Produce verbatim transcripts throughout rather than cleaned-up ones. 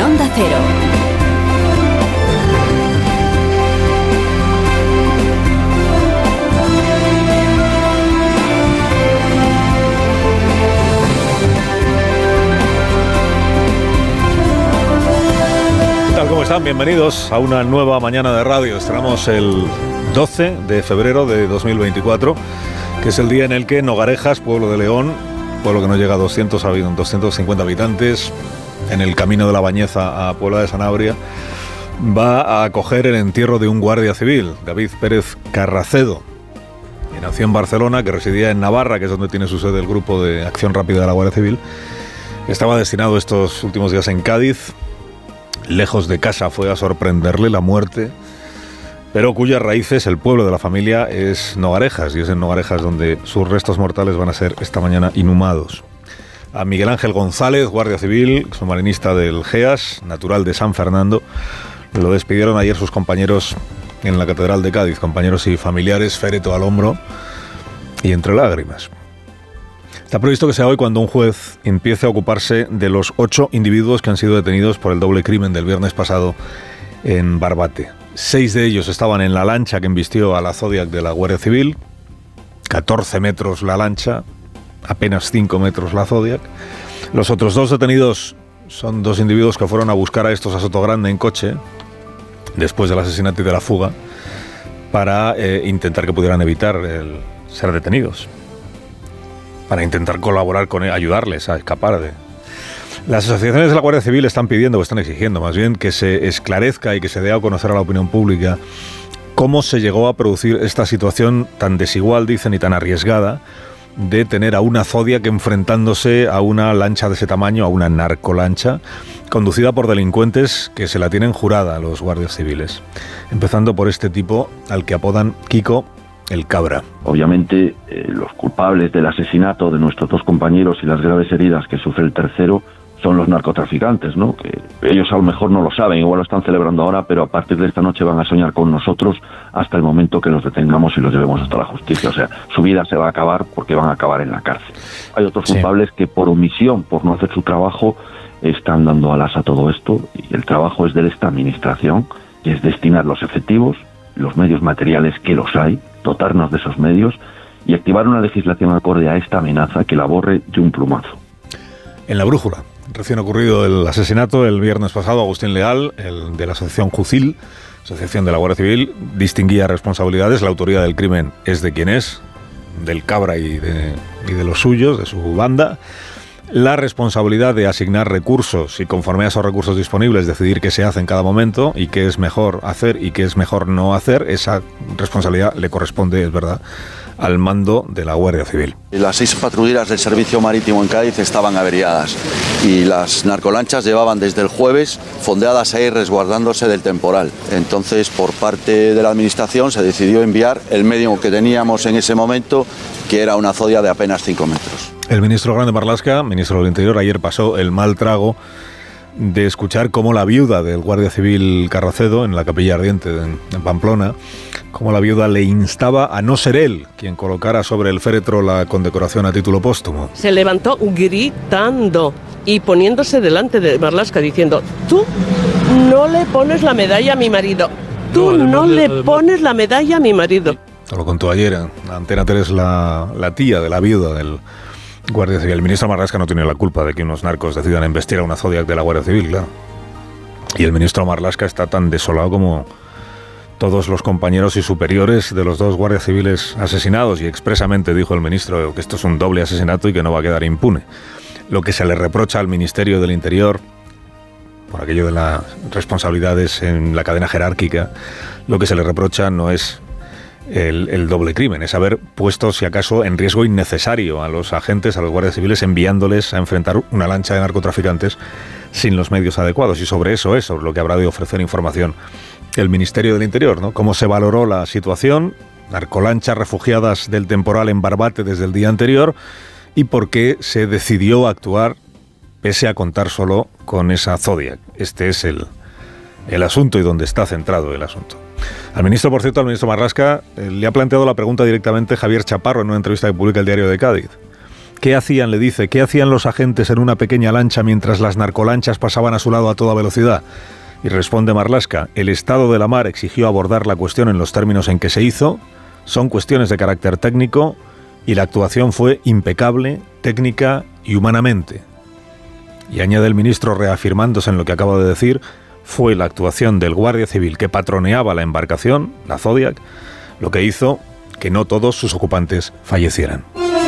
Onda Cero. ¿Cómo están? Bienvenidos a una nueva mañana de radio. Estrenamos el doce de febrero de dos mil veinticuatro, que es el día en el que Nogarejas, pueblo de León, pueblo que no llega a doscientos, doscientos cincuenta habitantes, en el camino de la Bañeza a Puebla de Sanabria, va a acoger el entierro de un guardia civil, David Pérez Carracedo, que nació en Barcelona, que residía en Navarra, que es donde tiene su sede el Grupo de Acción Rápida de la Guardia Civil. Estaba destinado estos últimos días en Cádiz. Lejos de casa fue a sorprenderle la muerte, pero cuyas raíces, el pueblo de la familia, es Nogarejas, y es en Nogarejas donde sus restos mortales van a ser esta mañana inhumados. A Miguel Ángel González, guardia civil, submarinista del GEAS, natural de San Fernando, lo despidieron ayer sus compañeros en la Catedral de Cádiz, compañeros y familiares, féretro al hombro y entre lágrimas. Está previsto que sea hoy cuando un juez empiece a ocuparse de los ocho individuos que han sido detenidos por el doble crimen del viernes pasado en Barbate. Seis de ellos estaban en la lancha que embistió a la Zodiac de la Guardia Civil, catorce metros la lancha, apenas cinco metros la Zodiac. Los otros dos detenidos son dos individuos que fueron a buscar a estos a Sotogrande en coche, después del asesinato y de la fuga, para eh, intentar que pudieran evitar el ser detenidos, para intentar colaborar con él, ayudarles a escapar de... Las asociaciones de la Guardia Civil están pidiendo, o están exigiendo más bien, que se esclarezca y que se dé a conocer a la opinión pública cómo se llegó a producir esta situación tan desigual, dicen, y tan arriesgada, de tener a una Zodiac enfrentándose a una lancha de ese tamaño, a una narcolancha, conducida por delincuentes que se la tienen jurada a los guardias civiles. Empezando por este tipo al que apodan Kiko el Cabra. Obviamente, eh, los culpables del asesinato de nuestros dos compañeros y las graves heridas que sufre el tercero son los narcotraficantes, ¿no? Que ellos a lo mejor no lo saben, igual lo están celebrando ahora, pero a partir de esta noche van a soñar con nosotros hasta el momento que los detengamos y los llevemos hasta la justicia. O sea, su vida se va a acabar porque van a acabar en la cárcel. Hay otros sí. culpables que por omisión, por no hacer su trabajo, están dando alas a todo esto, y el trabajo es de esta administración, que es destinar los efectivos, los medios materiales, que los hay, dotarnos de esos medios y activar una legislación acorde a esta amenaza que la borre de un plumazo. En La Brújula, recién ocurrido el asesinato el viernes pasado, Agustín Leal, el de la asociación Jucil, asociación de la Guardia Civil, distinguía responsabilidades. La autoría del crimen es de quien es, del Cabra y de, y de los suyos, de su banda. La responsabilidad de asignar recursos y, conforme a esos recursos disponibles, decidir qué se hace en cada momento y qué es mejor hacer y qué es mejor no hacer, esa responsabilidad le corresponde, es verdad, al mando de la Guardia Civil. Las seis patrulleras del Servicio Marítimo en Cádiz estaban averiadas y las narcolanchas llevaban desde el jueves fondeadas ahí resguardándose del temporal. Entonces, por parte de la Administración se decidió enviar el medio que teníamos en ese momento, que era una Zodiac de apenas cinco metros. El ministro Grande Marlaska, ministro del Interior, ayer pasó el mal trago de escuchar cómo la viuda del guardia civil Carracedo, en la Capilla Ardiente en, en Pamplona, cómo la viuda le instaba a no ser él quien colocara sobre el féretro la condecoración a título póstumo. Se levantó gritando y poniéndose delante de Marlaska diciendo: tú no le pones la medalla a mi marido, tú no, no le pones la medalla a mi marido. Te lo contó ayer en Antena tres la, la tía de la viuda del Guardia Civil. El ministro Marlaska no tiene la culpa de que unos narcos decidan embestir a una Zodiac de la Guardia Civil, claro. Y el ministro Marlaska está tan desolado como todos los compañeros y superiores de los dos guardias civiles asesinados, y expresamente dijo el ministro que esto es un doble asesinato y que no va a quedar impune. Lo que se le reprocha al Ministerio del Interior, por aquello de las responsabilidades en la cadena jerárquica, lo que se le reprocha no es El, el doble crimen, es haber puesto, si acaso, en riesgo innecesario a los agentes, a los guardias civiles, enviándoles a enfrentar una lancha de narcotraficantes sin los medios adecuados. Y sobre eso es sobre lo que habrá de ofrecer información el Ministerio del Interior, ¿no? Cómo se valoró la situación, narcolanchas refugiadas del temporal en Barbate desde el día anterior, y por qué se decidió actuar pese a contar solo con esa Zodiac. Este es el, el asunto y donde está centrado el asunto. Al ministro, por cierto, al ministro Marlaska, eh, le ha planteado la pregunta directamente Javier Chaparro en una entrevista que publica el Diario de Cádiz. ¿Qué hacían, le dice, qué hacían los agentes en una pequeña lancha mientras las narcolanchas pasaban a su lado a toda velocidad? Y responde Marlaska, el estado de la mar exigió abordar la cuestión en los términos en que se hizo, son cuestiones de carácter técnico y la actuación fue impecable, técnica y humanamente. Y añade el ministro, reafirmándose en lo que acabo de decir, fue la actuación del guardia civil que patroneaba la embarcación, la Zodiac, lo que hizo que no todos sus ocupantes fallecieran.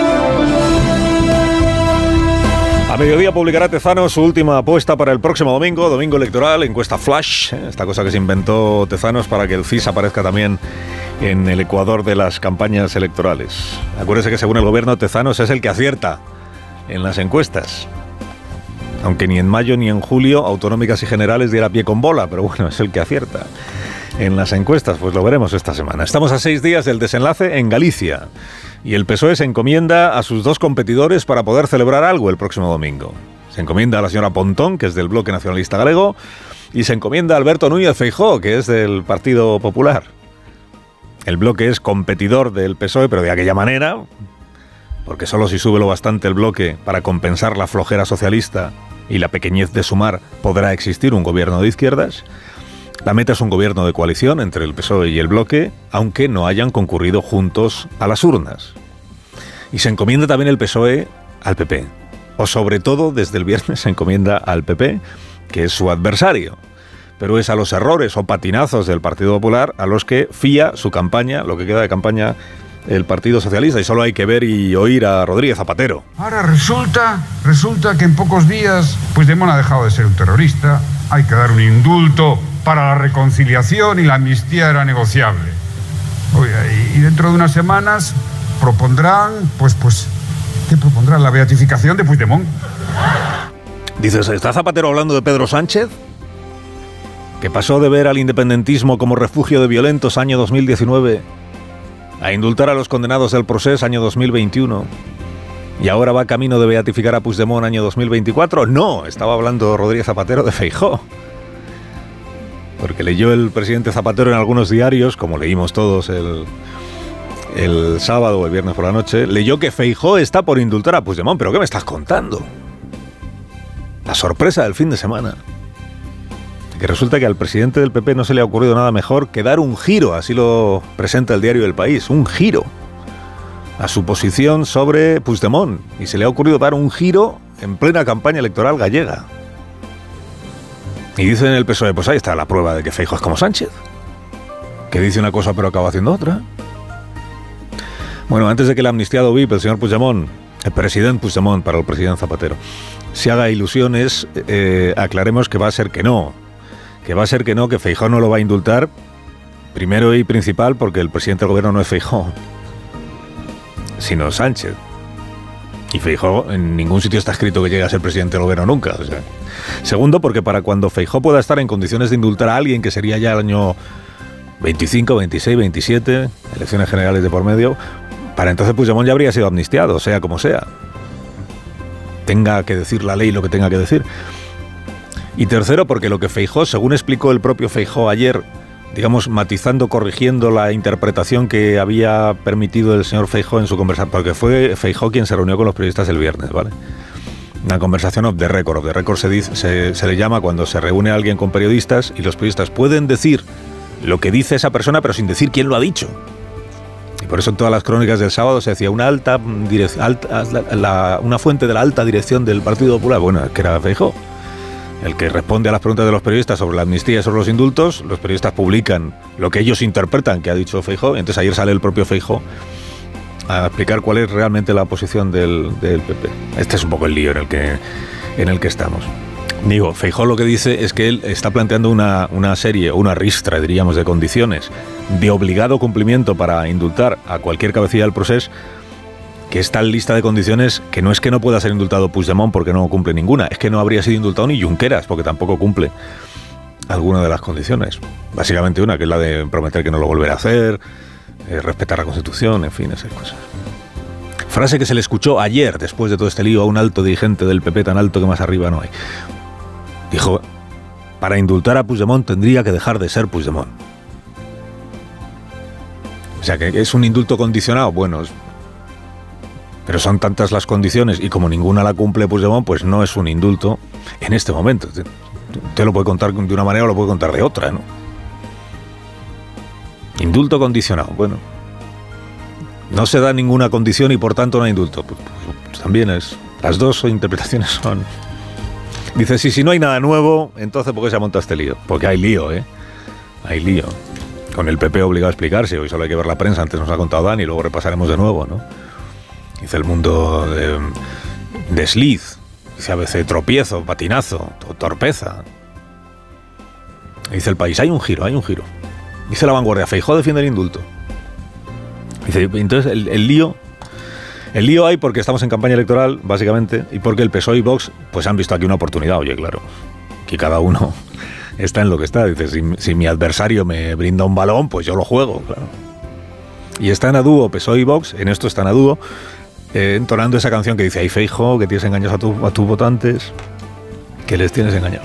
A mediodía publicará Tezano su última apuesta para el próximo domingo, domingo electoral, encuesta flash, ¿eh? Esta cosa que se inventó Tezanos para que el C I S aparezca también en el ecuador de las campañas electorales. Acuérdese que según el gobierno Tezanos es el que acierta en las encuestas. Aunque ni en mayo ni en julio autonómicas y generales diera pie con bola, pero bueno, es el que acierta en las encuestas, pues lo veremos esta semana. Estamos a seis días del desenlace en Galicia. Y el P S O E se encomienda a sus dos competidores para poder celebrar algo el próximo domingo. Se encomienda a la señora Pontón, que es del Bloque Nacionalista Galego, y se encomienda a Alberto Núñez Feijóo, que es del Partido Popular. El Bloque es competidor del P S O E, pero de aquella manera, porque solo si sube lo bastante el Bloque para compensar la flojera socialista y la pequeñez de Sumar podrá existir un gobierno de izquierdas. La meta es un gobierno de coalición entre el P S O E y el Bloque, aunque no hayan concurrido juntos a las urnas. Y se encomienda también el P S O E al P P. O sobre todo, desde el viernes se encomienda al P P, que es su adversario. Pero es a los errores o patinazos del Partido Popular a los que fía su campaña, lo que queda de campaña, el Partido Socialista. Y solo hay que ver y oír a Rodríguez Zapatero. Ahora resulta, resulta que en pocos días Puigdemont ha dejado de ser un terrorista, hay que dar un indulto para la reconciliación y la amnistía era negociable. Oye, y dentro de unas semanas propondrán, pues, pues, ¿qué propondrán? La beatificación de Puigdemont. Dices, ¿está Zapatero hablando de Pedro Sánchez? Que pasó de ver al independentismo como refugio de violentos año dos mil diecinueve a indultar a los condenados del Procés año dos mil veintiuno. ¿Y ahora va camino de beatificar a Puigdemont año dos mil veinticuatro? No, estaba hablando Rodríguez Zapatero de Feijóo. Porque leyó el presidente Zapatero en algunos diarios, como leímos todos el, el sábado o el viernes por la noche, leyó que Feijóo está por indultar a Puigdemont. ¿Pero qué me estás contando? La sorpresa del fin de semana. Que resulta que al presidente del P P no se le ha ocurrido nada mejor que dar un giro, así lo presenta el diario El País, un giro a su posición sobre Puigdemont. Y se le ha ocurrido dar un giro en plena campaña electoral gallega. Y dicen en el P S O E, pues ahí está la prueba de que Feijóo es como Sánchez, que dice una cosa pero acaba haciendo otra. Bueno, antes de que el amnistiado V I P, el señor Puigdemont, el presidente Puigdemont para el presidente Zapatero, se haga ilusiones, eh, aclaremos que va a ser que no, que va a ser que no, que Feijóo no lo va a indultar, primero y principal porque el presidente del gobierno no es Feijóo, sino Sánchez. Y Feijóo en ningún sitio está escrito que llegue a ser presidente del gobierno nunca. O sea. Segundo, porque para cuando Feijóo pueda estar en condiciones de indultar a alguien, que sería ya el año veinticinco, veintiséis, veintisiete, elecciones generales de por medio, para entonces Puigdemont ya habría sido amnistiado, sea como sea. Tenga que decir la ley lo que tenga que decir. Y tercero, porque lo que Feijóo, según explicó el propio Feijóo ayer, digamos, matizando, corrigiendo la interpretación que había permitido el señor Feijóo en su conversación, porque fue Feijóo quien se reunió con los periodistas el viernes, ¿vale? Una conversación off the record. Off the record se, dice, se, se le llama cuando se reúne alguien con periodistas y los periodistas pueden decir lo que dice esa persona, pero sin decir quién lo ha dicho. Y por eso en todas las crónicas del sábado se decía una alta, direc- alta la, la, una fuente de la alta dirección del Partido Popular. Bueno, que era Feijóo, el que responde a las preguntas de los periodistas sobre la amnistía y sobre los indultos. Los periodistas publican lo que ellos interpretan que ha dicho Feijóo. Entonces ayer sale el propio Feijóo a explicar cuál es realmente la posición del, del P P. Este es un poco el lío en el que, en el que estamos. Digo, Feijóo lo que dice es que él está planteando una, una serie, una ristra, diríamos, de condiciones de obligado cumplimiento para indultar a cualquier cabecilla del proceso, que está en lista de condiciones que no es que no pueda ser indultado Puigdemont porque no cumple ninguna, es que no habría sido indultado ni Junqueras porque tampoco cumple alguna de las condiciones. Básicamente una, que es la de prometer que no lo volverá a hacer, eh, respetar la Constitución, en fin, esas cosas. Frase que se le escuchó ayer, después de todo este lío, a un alto dirigente del P P, tan alto que más arriba no hay. Dijo, para indultar a Puigdemont tendría que dejar de ser Puigdemont. O sea, que es un indulto condicionado. Bueno, Pero son tantas las condiciones y como ninguna la cumple Puigdemont, pues no es un indulto en este momento. Usted lo puede contar de una manera o lo puede contar de otra, ¿no? Indulto condicionado. Bueno, no se da ninguna condición y por tanto no hay indulto. Pues, pues también es... Las dos interpretaciones son... Dice, sí, si no hay nada nuevo, entonces ¿por qué se ha montado este lío? Porque hay lío, ¿eh? Hay lío. Con el P P obligado a explicarse. Hoy solo hay que ver la prensa. Antes nos ha contado Dani y luego repasaremos de nuevo, ¿no? Dice el mundo de desliz. Dice a veces tropiezo, patinazo, torpeza. Dice el País, hay un giro, hay un giro. Dice La Vanguardia, Feijóo defiende el indulto. Dice, entonces el, el lío... El lío hay porque estamos en campaña electoral, básicamente, y porque el P S O E y Vox pues han visto aquí una oportunidad. Oye, claro, que cada uno está en lo que está. Dice, si, si mi adversario me brinda un balón, pues yo lo juego, claro. Y están a dúo, P S O E y Vox, en esto están a dúo, eh, entonando esa canción que dice, ay, Feijóo, que tienes engañados a, tu, a tus votantes, que les tienes engañados.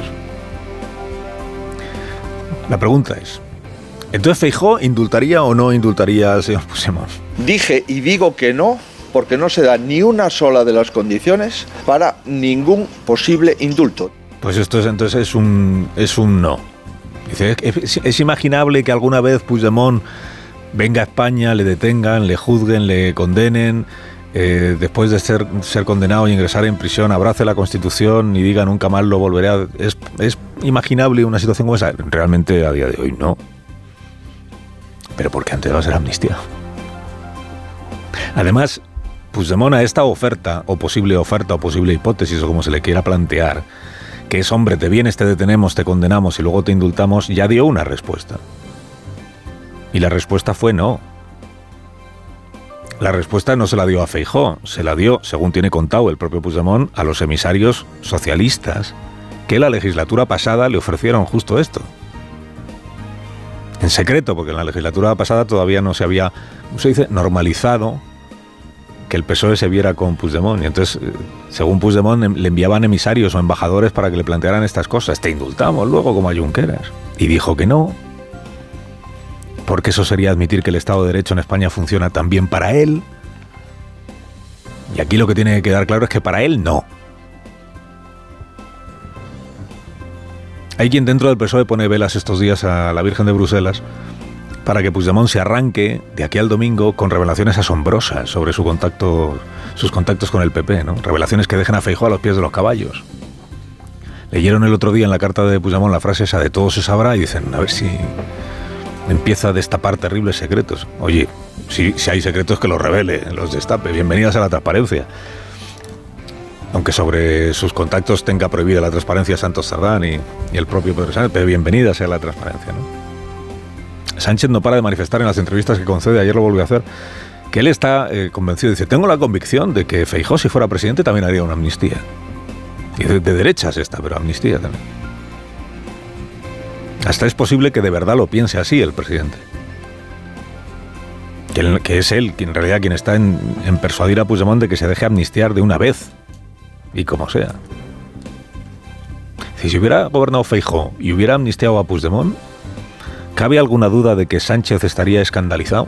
La pregunta es, ¿entonces Feijóo indultaría o no indultaría al señor Puigdemont? Dije y digo que no, porque no se da ni una sola de las condiciones para ningún posible indulto. Pues esto es, entonces es un, es un no. Dice, es, es imaginable que alguna vez Puigdemont venga a España, le detengan, le juzguen, le condenen, eh, después de ser, ser condenado y ingresar en prisión, abrace la Constitución y diga nunca más lo volveré a... ¿Es, es imaginable una situación como esa? Realmente a día de hoy no. Pero porque antes va a ser amnistía. Además, Puigdemont a esta oferta, o posible oferta, o posible hipótesis, o como se le quiera plantear, que es, hombre, te vienes, te detenemos, te condenamos y luego te indultamos, ya dio una respuesta. Y la respuesta fue no. La respuesta no se la dio a Feijóo, se la dio, según tiene contado el propio Puigdemont, a los emisarios socialistas, que la legislatura pasada le ofrecieron justo esto. En secreto, porque en la legislatura pasada todavía no se había, ¿cómo se dice?, normalizado que el P S O E se viera con Puigdemont. Y entonces, según Puigdemont, le enviaban emisarios o embajadores para que le plantearan estas cosas. Te indultamos luego como a Junqueras. Y dijo que no, porque eso sería admitir que el Estado de Derecho en España funciona también para él. Y aquí lo que tiene que quedar claro es que para él no. Hay quien dentro del P S O E pone velas estos días a la Virgen de Bruselas para que Puigdemont se arranque de aquí al domingo con revelaciones asombrosas sobre su contacto, sus contactos con el P P, ¿no? Revelaciones que dejen a Feijóo a los pies de los caballos. Leyeron el otro día en la carta de Puigdemont la frase esa de todo se sabrá y dicen, a ver si empieza a destapar terribles secretos. Oye, si, si hay secretos que los revele, los destape. Bienvenidas a la transparencia. Aunque sobre sus contactos tenga prohibida la transparencia Santos Cerdán y, y el propio Pedro Sánchez, pero bienvenida sea la transparencia, ¿no? Sánchez no para de manifestar en las entrevistas que concede, ayer lo volvió a hacer, que él está eh, convencido, dice, tengo la convicción de que Feijóo, si fuera presidente, también haría una amnistía. Y de, de derechas esta, pero amnistía también. Hasta es posible que de verdad lo piense así el presidente. Que, él, que es él, en realidad, quien está en, en persuadir a Puigdemont de que se deje amnistiar de una vez. Y como sea. Si hubiera gobernado Feijóo y hubiera amnistiado a Puigdemont, ¿cabe alguna duda de que Sánchez estaría escandalizado?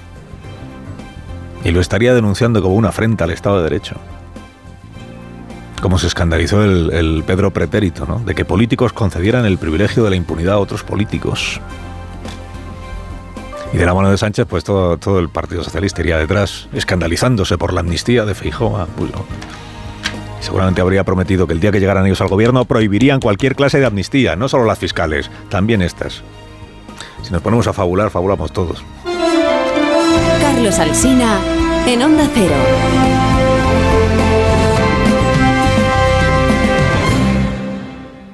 Y lo estaría denunciando como una afrenta al Estado de Derecho. Como se escandalizó el, el Pedro Pretérito, ¿no? De que políticos concedieran el privilegio de la impunidad a otros políticos. Y de la mano de Sánchez, pues todo, todo el Partido Socialista iría detrás, escandalizándose por la amnistía de Feijóo a Puigdemont. Seguramente habría prometido que el día que llegaran ellos al gobierno prohibirían cualquier clase de amnistía, no solo las fiscales, también estas. Si nos ponemos a fabular, fabulamos todos. Carlos Alsina, en Onda Cero.